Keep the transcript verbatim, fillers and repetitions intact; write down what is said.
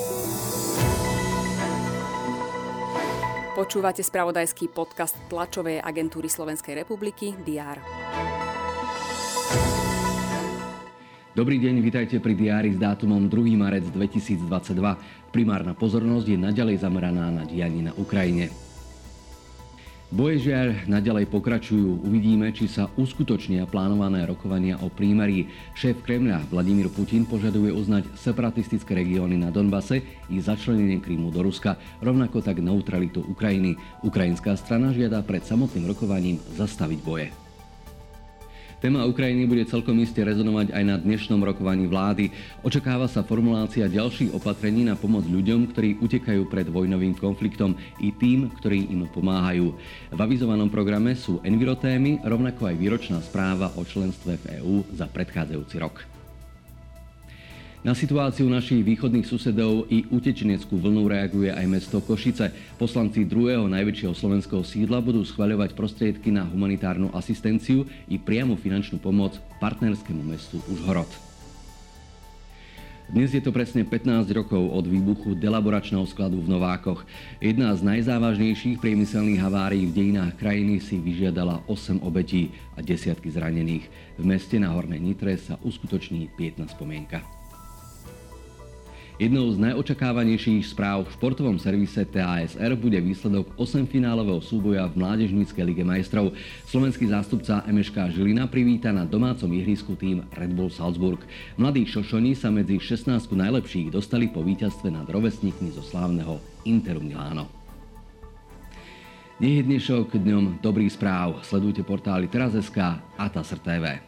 Počúvate spravodajský podcast tlačovej agentúry Slovenskej republiky dé er. Dobrý deň, vitajte pri diári s dátumom druhého marca dvetisícdvadsaťdva. Primárna pozornosť je naďalej zameraná na dianie na Ukrajine. Boje žiaľ naďalej pokračujú. Uvidíme, či sa uskutočnia plánované rokovania o prímerí. Šéf Kremľa Vladimír Putin požaduje uznať separatistické regióny na Donbase i začlenenie Krymu do Ruska, rovnako tak neutralitu Ukrajiny. Ukrajinská strana žiada pred samotným rokovaním zastaviť boje. Téma Ukrajiny bude celkom iste rezonovať aj na dnešnom rokovaní vlády. Očakáva sa formulácia ďalších opatrení na pomoc ľuďom, ktorí utekajú pred vojnovým konfliktom, i tým, ktorí im pomáhajú. V avizovanom programe sú envirotémy, rovnako aj výročná správa o členstve v EÚ za predchádzajúci rok. Na situáciu našich východných susedov i utečeneckú vlnu reaguje aj mesto Košice. Poslanci druhého najväčšieho slovenského sídla budú schvaľovať prostriedky na humanitárnu asistenciu i priamu finančnú pomoc partnerskému mestu Užhorod. Dnes je to presne pätnásť rokov od výbuchu delaboračného skladu v Novákoch. Jedna z najzávažnejších priemyselných havárií v dejinách krajiny si vyžiadala osem obetí a desiatky zranených. V meste na Hornej Nitre sa uskutoční pietna spomienka. Jednou z najočakávanejších správ v športovom servise té á es er bude výsledok osemfinálového súboja v Mládežníckej lige majstrov. Slovenský zástupca em eš ká Žilina privíta na domácom ihrisku tým Red Bull Salzburg. Mladí šošoni sa medzi šestnástku najlepších dostali po víťazstve nad rovesníkmi zo slávneho Interu Miláno. Nech je dnešok dňom dobrých správ. Sledujte portály teraz bodka es ká a TASR té vé.